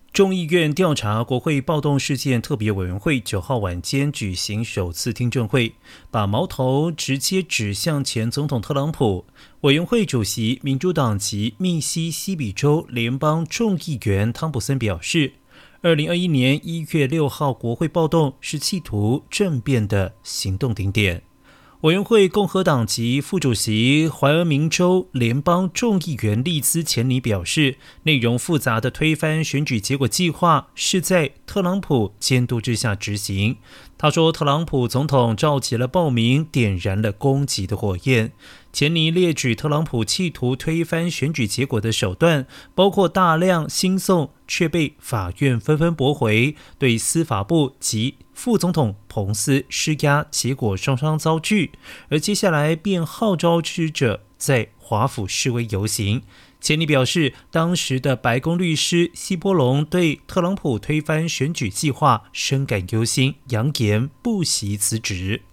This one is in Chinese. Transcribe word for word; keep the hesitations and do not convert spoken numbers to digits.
众议院调查国会暴动事件特别委员会九号晚间举行首次听证会，把矛头直接指向前总统特朗普。委员会主席民主党籍密西西比州联邦众议员汤普森表示，二零二一年一月六号国会暴动是企图政变的行动顶点。委员会共和党籍副主席怀俄明州联邦众议员利兹钱尼表示，内容复杂的推翻选举结果计划是在特朗普监督之下执行。他说，特朗普总统召集了暴民，点燃了攻击的火焰。钱尼列举特朗普企图推翻选举结果的手段，包括大量新送却被法院纷纷驳回，对司法部及副总统彭斯施压，结果双双遭拒。而接下来便号召支持者在华府示威游行。钱尼表示，当时的白宫律师希波隆对特朗普推翻选举计划深感忧心，扬言不惜辞职。